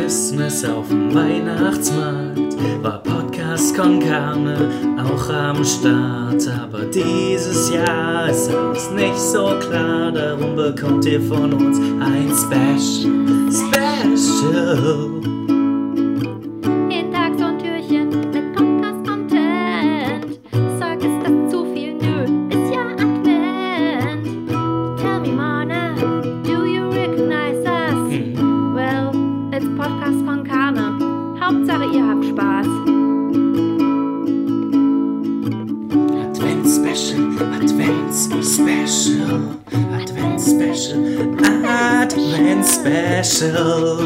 Christmas auf dem Weihnachtsmarkt war Podcast con Carne auch am Start. Aber dieses Jahr ist alles nicht so klar, darum bekommt ihr von uns ein Special. Jeden Tag so ein Türchen mit Podcast-Content. Sag, ist das zu viel? Nö, ist ja Advent. Tell me, Mona, do you recognize us? Well, it's Podcast con Carne. Hauptsache, ihr habt Spaß. Advents-Special, Advents-Special, Advents-Special, Advents-Special,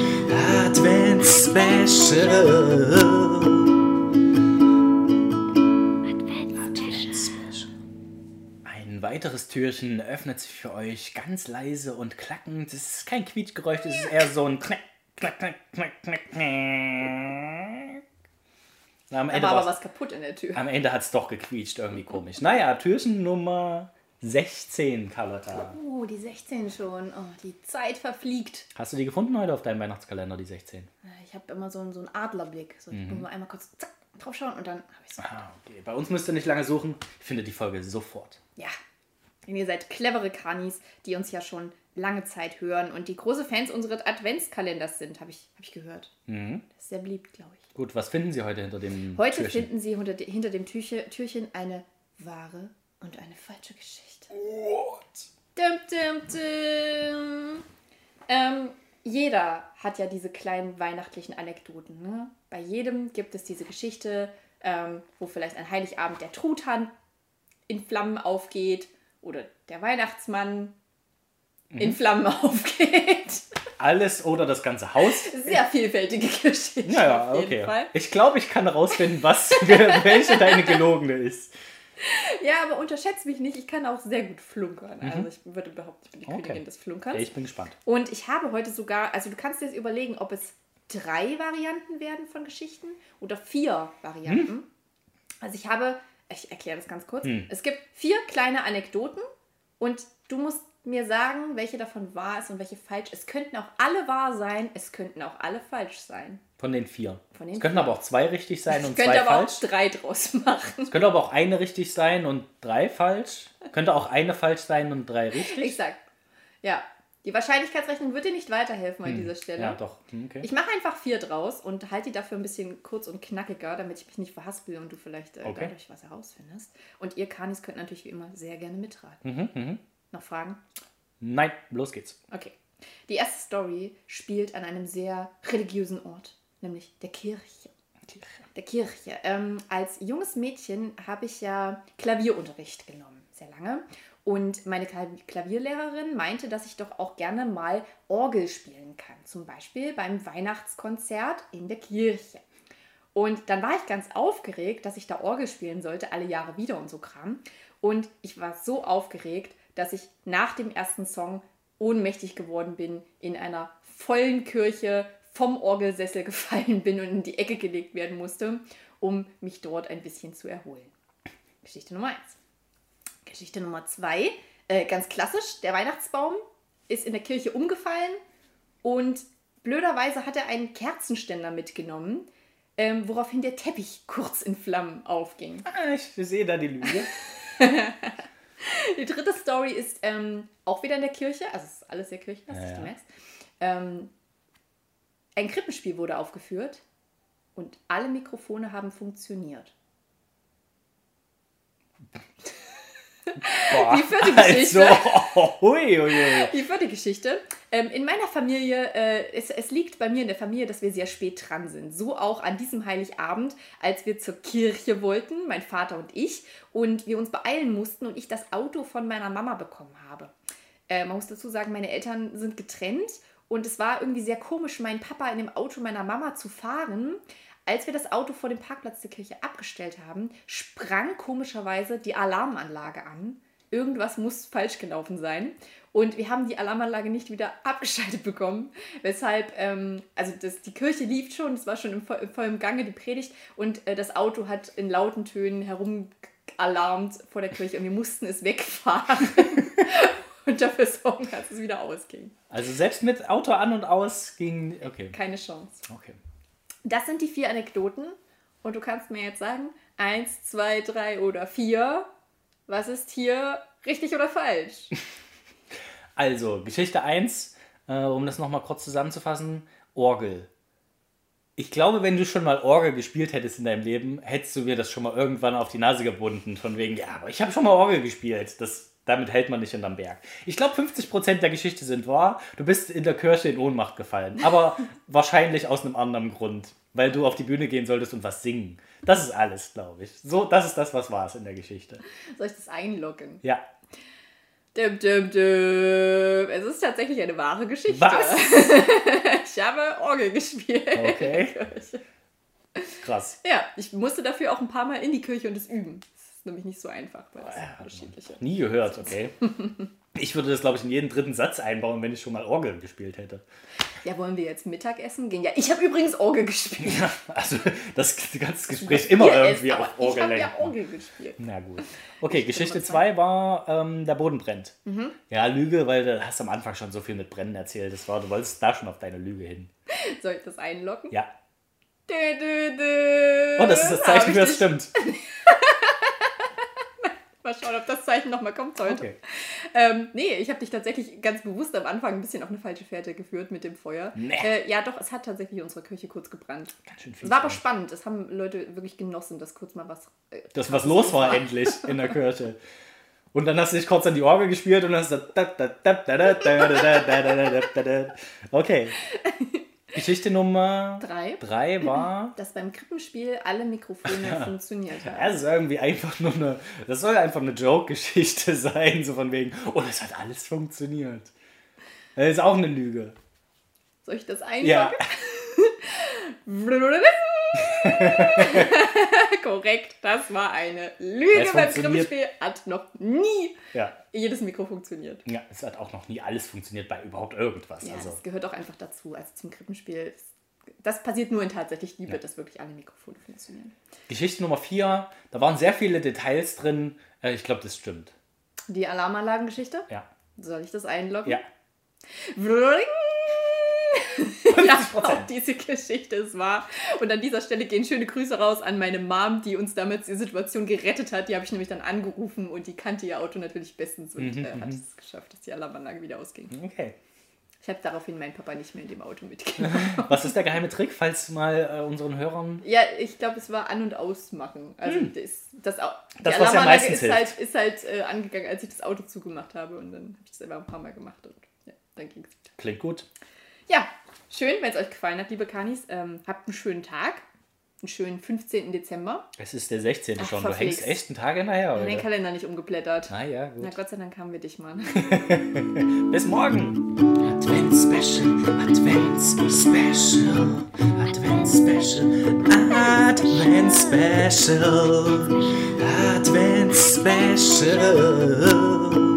Advents-Special. Ein weiteres Türchen öffnet sich für euch ganz leise und klackend. Es ist kein Quietschgeräusch, es ist eher so ein Knack, Knack, Knack, Knack, Knack, Knack. Da war aber was kaputt in der Tür. Am Ende hat es doch gequietscht, irgendwie komisch. Naja, Türchen Nummer 16, Carlotta. Die 16 schon. Oh, die Zeit verfliegt. Hast du die gefunden heute auf deinem Weihnachtskalender, die 16? Ich habe immer so einen Adlerblick. So, ich muss mal einmal kurz zack, drauf schauen und dann habe ich es. Okay. Bei uns müsst ihr nicht lange suchen. Ich finde die Folge sofort. Ja, denn ihr seid clevere Kanis, die uns ja schon lange Zeit hören und die große Fans unseres Adventskalenders sind, habe ich gehört. Das ist sehr beliebt, glaube ich. Gut, was finden Sie heute hinter dem Heute Türchen? finden Sie hinter dem Türchen eine wahre und eine falsche Geschichte. What? Dum, dum, dum. Jeder hat ja diese kleinen weihnachtlichen Anekdoten. Ne? Bei jedem gibt es diese Geschichte, wo vielleicht an Heiligabend der Truthahn in Flammen aufgeht oder der Weihnachtsmann in Flammen aufgeht. Alles oder das ganze Haus? Sehr vielfältige Geschichte. Ja, auf jeden okay. Fall. Ich glaube, ich kann herausfinden, welche deine gelogene ist. Ja, aber unterschätzt mich nicht. Ich kann auch sehr gut flunkern. Also ich würde behaupten, ich bin die Königin des Flunkerns. Ja, ich bin gespannt. Und ich habe heute sogar, also du kannst dir jetzt überlegen, ob es 3 Varianten werden von Geschichten oder 4 Varianten. Also ich erkläre das ganz kurz. Es gibt 4 kleine Anekdoten und du musst mir sagen, welche davon wahr ist und welche falsch. Es könnten auch alle wahr sein, es könnten auch alle falsch sein. Von den 4. Von den Es könnten 4. aber auch 2 richtig sein und Ich 2 könnte aber falsch. auch 3 draus machen. Es könnte aber auch eine richtig sein und 3 falsch. Könnte auch eine falsch sein und 3 richtig. Exakt. Ja. Die Wahrscheinlichkeitsrechnung wird dir nicht weiterhelfen an dieser Stelle. Ja, doch. Okay. Ich mache einfach 4 draus und halte die dafür ein bisschen kurz und knackiger, damit ich mich nicht verhaspel und du vielleicht dadurch was herausfindest. Und ihr Kanis könnt natürlich wie immer sehr gerne mitraten. Noch Fragen? Nein, los geht's. Okay. Die erste Story spielt an einem sehr religiösen Ort, nämlich der Kirche. Der Kirche. Als junges Mädchen habe ich ja Klavierunterricht genommen, sehr lange. Und meine Klavierlehrerin meinte, dass ich doch auch gerne mal Orgel spielen kann. Zum Beispiel beim Weihnachtskonzert in der Kirche. Und dann war ich ganz aufgeregt, dass ich da Orgel spielen sollte, alle Jahre wieder und so Kram. Und ich war so aufgeregt, dass ich nach dem ersten Song ohnmächtig geworden bin, in einer vollen Kirche vom Orgelsessel gefallen bin und in die Ecke gelegt werden musste, um mich dort ein bisschen zu erholen. Geschichte Nummer 1. Geschichte Nummer 2, ganz klassisch, der Weihnachtsbaum ist in der Kirche umgefallen und blöderweise hat er einen Kerzenständer mitgenommen, woraufhin der Teppich kurz in Flammen aufging. Ich sehe da die Lüge. Die dritte Story ist auch wieder in der Kirche, also es ist alles der Kirche, was du merkst. Ein Krippenspiel wurde aufgeführt und alle Mikrofone haben funktioniert. Boah, Die vierte Geschichte. Die vierte Geschichte. In meiner Familie, es liegt bei mir in der Familie, dass wir sehr spät dran sind. So auch an diesem Heiligabend, als wir zur Kirche wollten, mein Vater und ich, und wir uns beeilen mussten und ich das Auto von meiner Mama bekommen habe. Man muss dazu sagen, meine Eltern sind getrennt und es war irgendwie sehr komisch, meinen Papa in dem Auto meiner Mama zu fahren. Als wir das Auto vor dem Parkplatz der Kirche abgestellt haben, sprang komischerweise die Alarmanlage an. Irgendwas muss falsch gelaufen sein. Und wir haben die Alarmanlage nicht wieder abgeschaltet bekommen. Weshalb, die Kirche lief schon, es war schon im vollen Gange, die Predigt. Und das Auto hat in lauten Tönen herumalarmt vor der Kirche und wir mussten es wegfahren. und dafür sorgen, dass es wieder ausging. Also selbst mit Auto an und aus ging... Okay. Keine Chance. Okay. Das sind die 4 Anekdoten. Und du kannst mir jetzt sagen, 1, 2, 3 oder 4. Was ist hier richtig oder falsch? Also, Geschichte 1, um das nochmal kurz zusammenzufassen, Orgel. Ich glaube, wenn du schon mal Orgel gespielt hättest in deinem Leben, hättest du mir das schon mal irgendwann auf die Nase gebunden. Von wegen, ja, aber ich habe schon mal Orgel gespielt. Damit hält man nicht hinterm Berg. Ich glaube, 50% der Geschichte sind wahr. Du bist in der Kirche in Ohnmacht gefallen. Aber wahrscheinlich aus einem anderen Grund. Weil du auf die Bühne gehen solltest und was singen. Das ist alles, glaube ich. So, das ist das, was war es in der Geschichte. Soll ich das einloggen? Ja. Dim, dim, dim. Es ist tatsächlich eine wahre Geschichte. Was? Ich habe Orgel gespielt. Okay. Krass. Ja, ich musste dafür auch ein paar Mal in die Kirche und es üben. Das ist nämlich nicht so einfach, weil das unterschiedliche. Nie gehört, okay. Ich würde das, glaube ich, in jeden dritten Satz einbauen, wenn ich schon mal Orgel gespielt hätte. Ja, wollen wir jetzt Mittagessen gehen? Ja, ich habe übrigens Orgel gespielt. Ja, also das ganze Gespräch immer irgendwie auf Orgel Ich habe lenken. ja Orgel gespielt. Na gut. Okay, Geschichte 2 war, der Boden brennt. Ja, Lüge, weil du hast am Anfang schon so viel mit Brennen erzählt. Du wolltest da schon auf deine Lüge hin. Soll ich das einloggen? Ja. Dö, dö, dö. Oh, das ist das Zeichen, für es stimmt. Mal schauen, ob das Zeichen nochmal kommt heute. Okay. Nee, ich habe dich tatsächlich ganz bewusst am Anfang ein bisschen auf eine falsche Fährte geführt mit dem Feuer. Nee. Ja, doch, es hat tatsächlich unsere Kirche kurz gebrannt. Ganz schön viel. Es war aber spannend. Es haben Leute wirklich genossen, dass kurz mal was... dass was los war endlich in der Kirche. Und dann hast du dich kurz an die Orgel gespielt und hast okay. Geschichte Nummer 3 war... dass beim Krippenspiel alle Mikrofone funktioniert haben. Das ist irgendwie einfach nur das soll einfach eine Joke-Geschichte sein, so von wegen, oh, das hat alles funktioniert. Das ist auch eine Lüge. Soll ich das einloggen? Ja. Korrekt, das war eine Lüge. Beim Krippenspiel hat noch nie jedes Mikro funktioniert. Ja, es hat auch noch nie alles funktioniert bei überhaupt irgendwas. Ja, also. das gehört auch einfach dazu. Also zum Krippenspiel, das passiert nur in tatsächlich Liebe, dass wirklich alle Mikrofone funktionieren. Geschichte Nummer 4, da waren sehr viele Details drin. Ich glaube, das stimmt. Die Alarmanlagengeschichte? Ja. Soll ich das einloggen? Ja. Ja, auch diese Geschichte ist wahr. Und an dieser Stelle gehen schöne Grüße raus an meine Mom, die uns damals die Situation gerettet hat. Die habe ich nämlich dann angerufen und die kannte ihr Auto natürlich bestens und hat es geschafft, dass die Alarmanlage wieder ausging. Okay. Ich habe daraufhin meinen Papa nicht mehr in dem Auto mitgenommen. Was ist der geheime Trick, falls mal unseren Hörern... Ja, ich glaube, es war An- und Ausmachen. Also die Alarmanlage ist halt angegangen, als ich das Auto zugemacht habe. Und dann habe ich das selber ein paar Mal gemacht und ja, dann ging es wieder. Klingt gut. Ja, schön, wenn es euch gefallen hat, liebe Kanis. Habt einen schönen Tag. Einen schönen 15. Dezember. Es ist der 16. schon. verflixt. Du hängst echt einen Tag hinterher, Ich habe oder? den Kalender nicht umgeblättert. Ah ja, gut. Na Gott sei Dank haben wir dich mal. Bis morgen. Advents-Special, Advents-Special, Advents-Special, Advents-Special, Advents-Special.